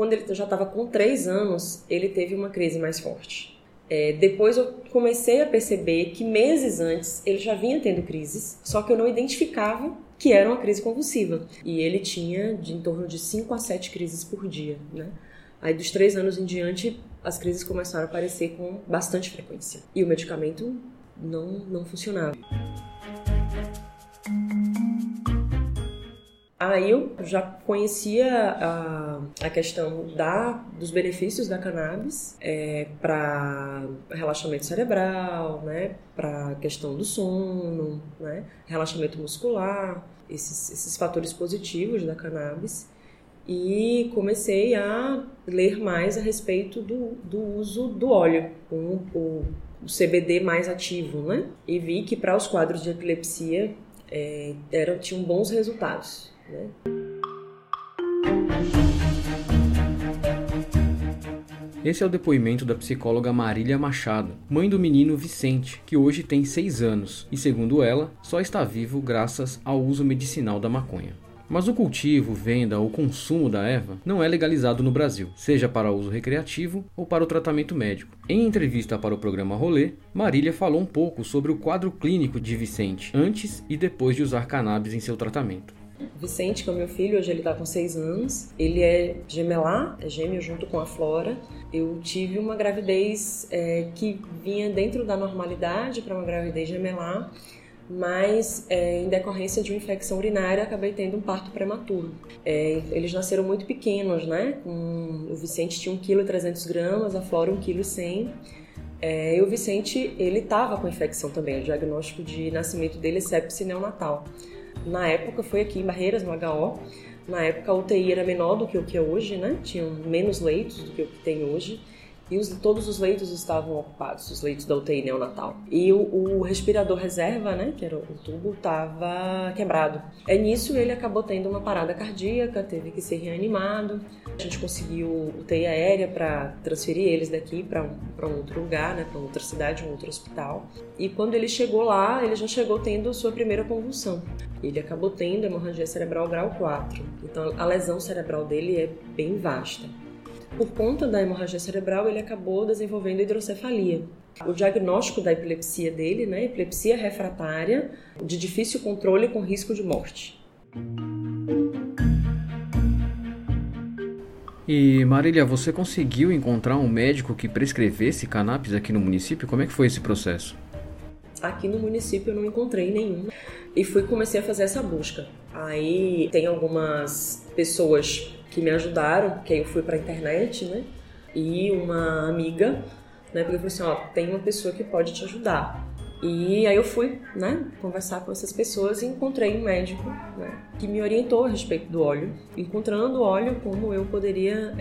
quando ele já estava com 3 anos, ele teve uma crise mais forte. Depois eu comecei a perceber que meses antes ele já vinha tendo crises, só que eu não identificava que era uma crise convulsiva. E ele tinha em torno de 5 a 7 crises por dia, né? Aí dos 3 anos em diante, as crises começaram a aparecer com bastante frequência. E o medicamento não funcionava. Aí eu já conhecia a questão dos benefícios da cannabis para relaxamento cerebral, né, para a questão do sono, né, relaxamento muscular, esses fatores positivos da cannabis. E comecei a ler mais a respeito do uso do óleo, com o CBD mais ativo, né? E vi que para os quadros de epilepsia tinham bons resultados, né? Esse é o depoimento da psicóloga Marília Machado, mãe do menino Vicente, que hoje tem 6 anos e, segundo ela, só está vivo graças ao uso medicinal da maconha. Mas o cultivo, venda ou consumo da erva não é legalizado no Brasil, seja para uso recreativo ou para o tratamento médico. Em entrevista para o programa Rolê, Marília falou um pouco sobre o quadro clínico de Vicente antes e depois de usar cannabis em seu tratamento. Vicente, que é o meu filho, hoje ele está com 6 anos, ele é gemelar, é gêmeo junto com a Flora. Eu tive uma gravidez que vinha dentro da normalidade para uma gravidez gemelar, mas em decorrência de uma infecção urinária acabei tendo um parto prematuro. Eles nasceram muito pequenos, né? O Vicente tinha 1,3 kg, a Flora 1,1 kg. E o Vicente, ele estava com infecção também, o diagnóstico de nascimento dele é sepse neonatal. Na época, foi aqui em Barreiras, no HO, na época a UTI era menor do que o que é hoje, né? Tinham menos leitos do que o que tem hoje. E todos os leitos estavam ocupados, os leitos da UTI neonatal. E o respirador reserva, né, que era o tubo, estava quebrado. Nisso ele acabou tendo uma parada cardíaca, teve que ser reanimado. A gente conseguiu UTI aérea para transferir eles daqui para um outro lugar, né, para outra cidade, um outro hospital. E quando ele chegou lá, ele já chegou tendo sua primeira convulsão. Ele acabou tendo hemorragia cerebral grau 4. Então a lesão cerebral dele é bem vasta. Por conta da hemorragia cerebral, ele acabou desenvolvendo hidrocefalia. O diagnóstico da epilepsia dele, né, epilepsia refratária, de difícil controle com risco de morte. E Marília, você conseguiu encontrar um médico que prescrevesse cannabis aqui no município? Como é que foi esse processo? Aqui no município eu não encontrei nenhum e comecei a fazer essa busca. Aí tem algumas pessoas que me ajudaram, porque aí eu fui pra internet, né? E uma amiga, né? Porque eu falei assim, tem uma pessoa que pode te ajudar. E aí eu fui, né? Conversar com essas pessoas e encontrei um médico, né? Que me orientou a respeito do óleo. Encontrando o óleo, como eu poderia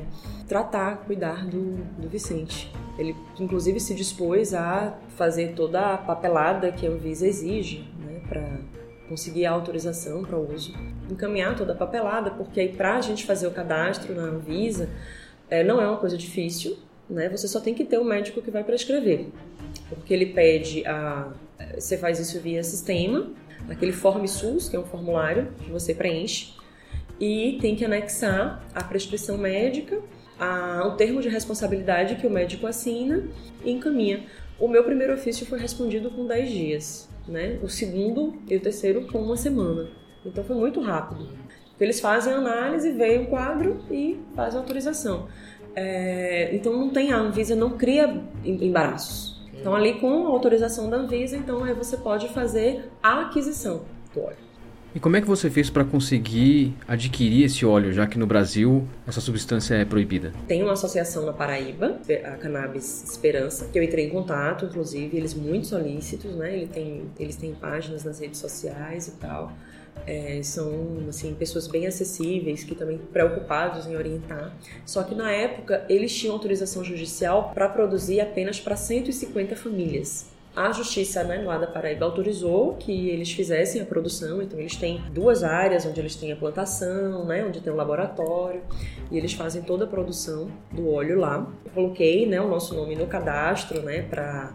cuidar do Vicente. Ele, inclusive, se dispôs a fazer toda a papelada que a Anvisa exige, né? Para conseguir a autorização para o uso, encaminhar toda a papelada, porque aí para a gente fazer o cadastro na Anvisa não é uma coisa difícil, né? Você só tem que ter um médico que vai prescrever, porque ele pede você faz isso via sistema, aquele Form SUS, que é um formulário que você preenche, e tem que anexar a prescrição médica, o termo de responsabilidade que o médico assina e encaminha. O meu primeiro ofício foi respondido com 10 dias. Né? O segundo e o terceiro com 1 semana. Então foi muito rápido. Eles fazem a análise, veem o quadro e fazem a autorização. Então a Anvisa não cria embaraços. Então ali com a autorização da Anvisa, então aí você pode fazer a aquisição do óleo. E como é que você fez para conseguir adquirir esse óleo, já que no Brasil essa substância é proibida? Tem uma associação na Paraíba, a Cannabis Esperança, que eu entrei em contato, inclusive, eles muito solícitos, né? Eles têm páginas nas redes sociais e tal. São assim, pessoas bem acessíveis, que também preocupados em orientar. Só que na época eles tinham autorização judicial para produzir apenas para 150 famílias. A Justiça, né, lá da Paraíba autorizou que eles fizessem a produção, então eles têm 2 áreas onde eles têm a plantação, né, onde tem um laboratório, e eles fazem toda a produção do óleo lá. Eu coloquei, né, o nosso nome no cadastro, né, para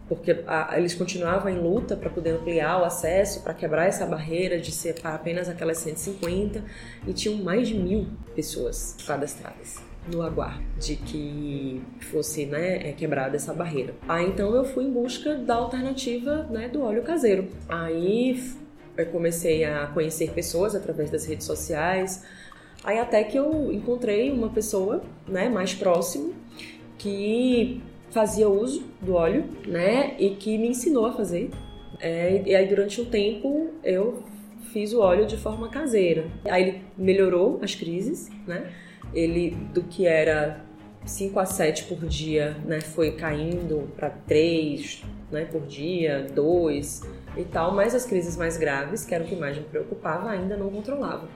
porque eles continuavam em luta para poder ampliar o acesso, para quebrar essa barreira de ser para apenas aquelas 150, e tinham mais de 1.000 pessoas cadastradas no aguardo de que fosse, né, quebrada essa barreira. Aí então eu fui em busca da alternativa, né, do óleo caseiro. Aí eu comecei a conhecer pessoas através das redes sociais, aí até que eu encontrei uma pessoa, né, mais próximo que fazia uso do óleo, né, e que me ensinou a fazer. E aí durante um tempo eu fiz o óleo de forma caseira. Aí ele melhorou as crises, né? Ele do que era 5 a 7 por dia, né, foi caindo para 3, né, por dia, 2 e tal, mas as crises mais graves, que era o que mais me preocupava, ainda não controlava.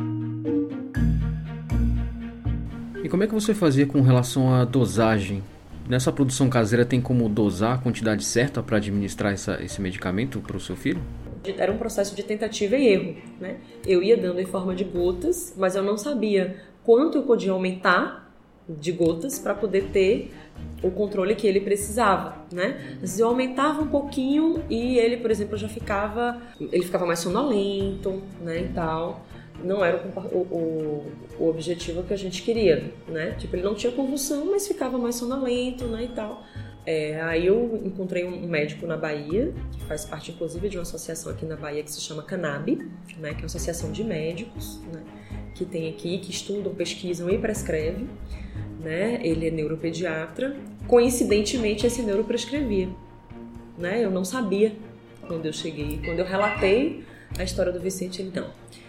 E como é que você fazia com relação à dosagem? Nessa produção caseira tem como dosar a quantidade certa para administrar esse medicamento para o seu filho? Era um processo de tentativa e erro, né? Eu ia dando em forma de gotas, mas eu não sabia quanto eu podia aumentar de gotas para poder ter o controle que ele precisava, né? Às vezes eu aumentava um pouquinho e ele, por exemplo, ele ficava mais sonolento, né, e tal. Não era o objetivo que a gente queria, né? Tipo, ele não tinha convulsão, mas ficava mais sonolento, né, e tal. Aí eu encontrei um médico na Bahia, que faz parte, inclusive, de uma associação aqui na Bahia que se chama Cannab, né, que é uma associação de médicos, né, que tem aqui, que estudam, pesquisam e prescrevem, né? Ele é neuropediatra. Coincidentemente, esse neuro prescrevia, né? Eu não sabia quando eu cheguei. Quando eu relatei a história do Vicente, ele não.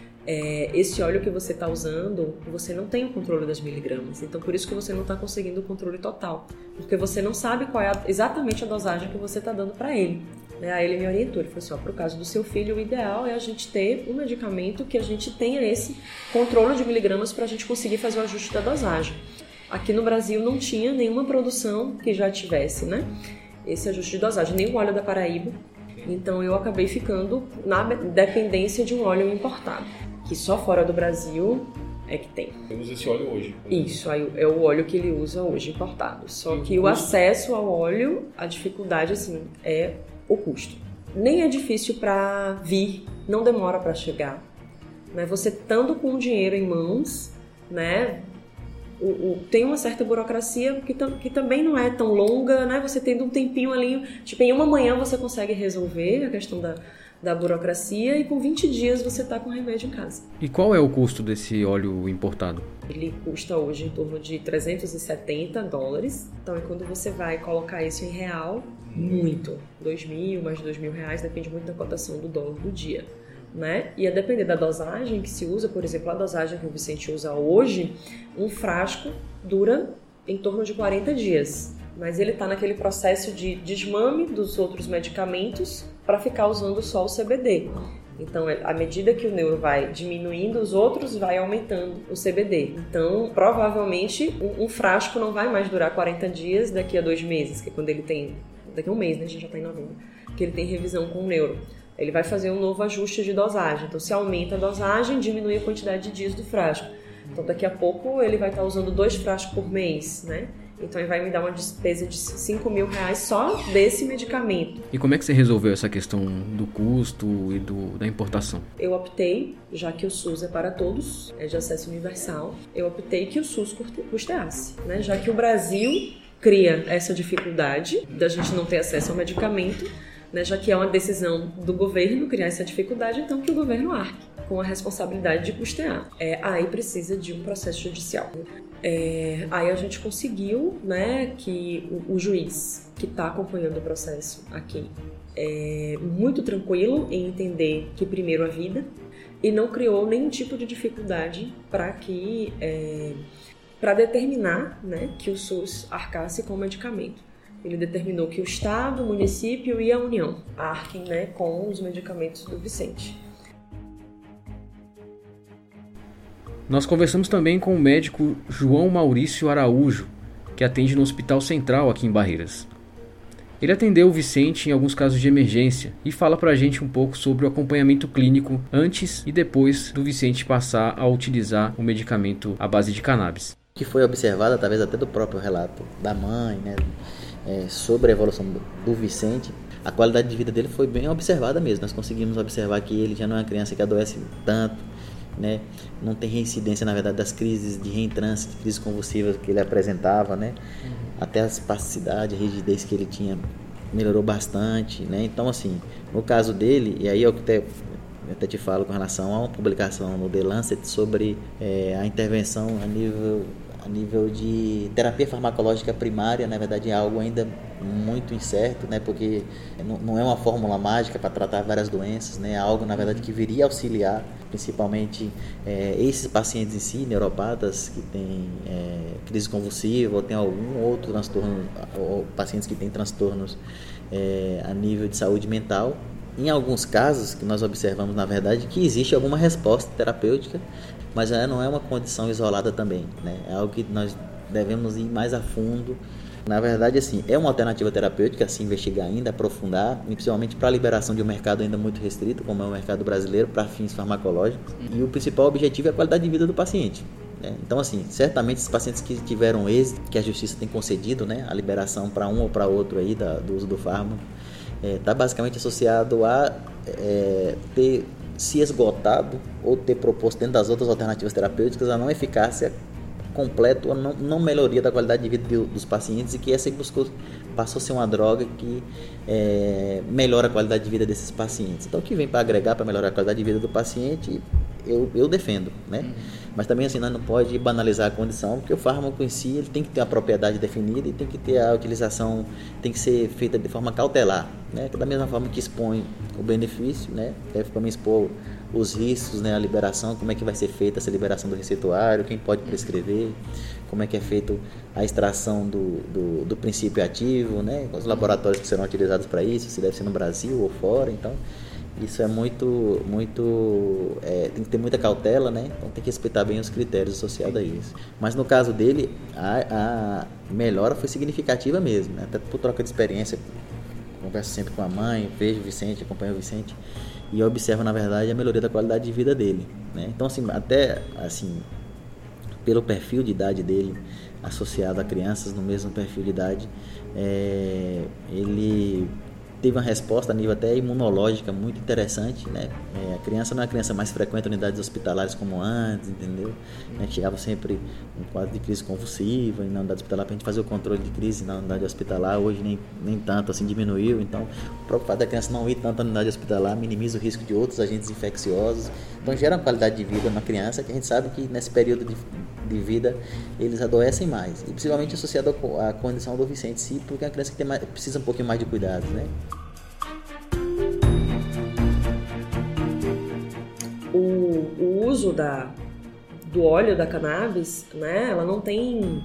Esse óleo que você está usando, você não tem o controle das miligramas, então por isso que você não está conseguindo o controle total, porque você não sabe qual é exatamente a dosagem que você está dando para ele. Aí ele me orientou, ele falou assim, pro caso do seu filho, o ideal é a gente ter um medicamento que a gente tenha esse controle de miligramas para a gente conseguir fazer o ajuste da dosagem. Aqui no Brasil não tinha nenhuma produção que já tivesse, né, esse ajuste de dosagem, nem o óleo da Paraíba, então eu acabei ficando na dependência de um óleo importado, que só fora do Brasil é que tem. Ele usa esse óleo hoje? Isso, é o óleo que ele usa hoje, importado. Só que o acesso ao óleo, a dificuldade, assim, é o custo. Nem é difícil para vir, não demora para chegar, né? Você estando com o dinheiro em mãos, né? Tem uma certa burocracia que também não é tão longa, né? Você tendo um tempinho ali, tipo, em uma manhã você consegue resolver a questão da burocracia e com 20 dias você está com o remédio em casa. E qual é o custo desse óleo importado? Ele custa hoje em torno de $370. Então, quando você vai colocar isso em real, muito. 2.000, mais de R$2.000, depende muito da cotação do dólar do dia, né? E a depender da dosagem que se usa, por exemplo, a dosagem que o Vicente usa hoje, um frasco dura em torno de 40 dias. Mas ele está naquele processo de desmame dos outros medicamentos para ficar usando só o CBD. Então, à medida que o neuro vai diminuindo os outros, vai aumentando o CBD. Então, provavelmente, um frasco não vai mais durar 40 dias daqui a 2 meses, que é quando ele tem... Daqui a 1 mês, né? A gente já está em novembro. Que ele tem revisão com o neuro. Ele vai fazer um novo ajuste de dosagem. Então, se aumenta a dosagem, diminui a quantidade de dias do frasco. Então, daqui a pouco, ele vai estar usando 2 frascos por mês, né? Então, ele vai me dar uma despesa de R$5.000 só desse medicamento. E como é que você resolveu essa questão do custo e da importação? Eu optei, já que o SUS é para todos, é de acesso universal, eu optei que o SUS custeasse, né? Já que o Brasil cria essa dificuldade da gente não ter acesso ao medicamento, né? Já que é uma decisão do governo criar essa dificuldade, então que o governo arque com a responsabilidade de custear. Aí precisa de um processo judicial. Aí a gente conseguiu, né, que o juiz que está acompanhando o processo aqui é muito tranquilo em entender que primeiro a vida e não criou nenhum tipo de dificuldade para determinar, né, que o SUS arcasse com o medicamento. Ele determinou que o Estado, o município e a União arquem, né, com os medicamentos do Vicente. Nós conversamos também com o médico João Maurício Araújo, que atende no Hospital Central aqui em Barreiras. Ele atendeu o Vicente em alguns casos de emergência e fala pra gente um pouco sobre o acompanhamento clínico antes e depois do Vicente passar a utilizar o medicamento à base de cannabis. Que foi observado através até do próprio relato da mãe, né, sobre a evolução do Vicente, a qualidade de vida dele foi bem observada mesmo. Nós conseguimos observar que ele já não é uma criança que adoece tanto, né? Não tem reincidência, na verdade, das crises de reentrância, de crises convulsivas que ele apresentava, né? Até a espasticidade, a rigidez que ele tinha melhorou bastante, né? Então, assim, no caso dele, e aí eu até te falo com relação a uma publicação no The Lancet sobre a intervenção a nível de terapia farmacológica primária, na verdade é algo ainda muito incerto, né? Porque não é uma fórmula mágica para tratar várias doenças, né? É algo, na verdade, que viria auxiliar principalmente esses pacientes em si, neuropatas que têm crise convulsiva ou tem algum outro transtorno, ou pacientes que têm transtornos a nível de saúde mental. Em alguns casos que nós observamos, na verdade, que existe alguma resposta terapêutica, mas não é uma condição isolada também, né? É algo que nós devemos ir mais a fundo. Na verdade, assim, é uma alternativa terapêutica a se investigar ainda, aprofundar, principalmente para a liberação de um mercado ainda muito restrito, como é o mercado brasileiro, para fins farmacológicos. E o principal objetivo é a qualidade de vida do paciente, né? Então, assim, certamente esses pacientes que tiveram êxito, que a justiça tem concedido, né, a liberação para um ou para outro aí do uso do fármaco, está basicamente associado a ter se esgotado ou ter proposto dentro das outras alternativas terapêuticas a não eficácia completa ou não melhoria da qualidade de vida dos pacientes, e que essa passou a ser uma droga que melhora a qualidade de vida desses pacientes. Então, o que vem para agregar, para melhorar a qualidade de vida do paciente, eu defendo, né? Mas também, assim, nós não pode banalizar a condição, porque o fármaco em si ele tem que ter uma propriedade definida e tem que ter a utilização, tem que ser feita de forma cautelar, né? Da mesma forma que expõe o benefício, né? Deve também expor os riscos, né? A liberação, como é que vai ser feita essa liberação do receituário, quem pode prescrever, como é que é feito a extração do princípio ativo, né? Os laboratórios que serão utilizados para isso, se deve ser no Brasil ou fora. Então, isso é muito tem que ter muita cautela, né? Então tem que respeitar bem os critérios associados a isso. Mas no caso dele, a melhora foi significativa mesmo, né? Até por troca de experiência, converso sempre com a mãe, vejo o Vicente, acompanho o Vicente e observo, na verdade, a melhoria da qualidade de vida dele, né? Então, assim, até assim, pelo perfil de idade dele, associado a crianças no mesmo perfil de idade, ele teve uma resposta a nível até imunológica muito interessante, né? A criança não é a criança mais frequente em unidades hospitalares como antes, entendeu? Chegava sempre um quadro de crise convulsiva na unidade hospitalar para a gente fazer o controle de crise na unidade hospitalar. Hoje nem tanto, assim, diminuiu. Então, o próprio fato da criança não ir tanto na unidade hospitalar minimiza o risco de outros agentes infecciosos. Então, gera uma qualidade de vida na criança que a gente sabe que nesse período de vida eles adoecem mais. E principalmente associado à condição do Vicente, sim, porque é uma criança que precisa um pouquinho mais de cuidados, né? O uso do óleo da cannabis, né, ela não tem...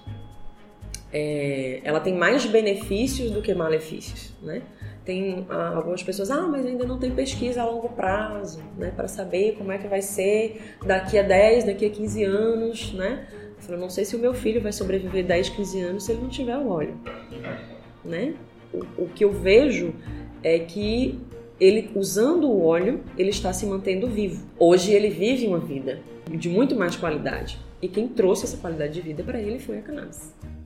ela tem mais benefícios do que malefícios, né? Tem algumas pessoas, mas ainda não tem pesquisa a longo prazo, né, para saber como é que vai ser daqui a 10, daqui a 15 anos, né? Eu falo, não sei se o meu filho vai sobreviver 10, 15 anos se ele não tiver o óleo, né? O que eu vejo é que ele, usando o óleo, ele está se mantendo vivo. Hoje ele vive uma vida de muito mais qualidade. E quem trouxe essa qualidade de vida para ele foi a cannabis.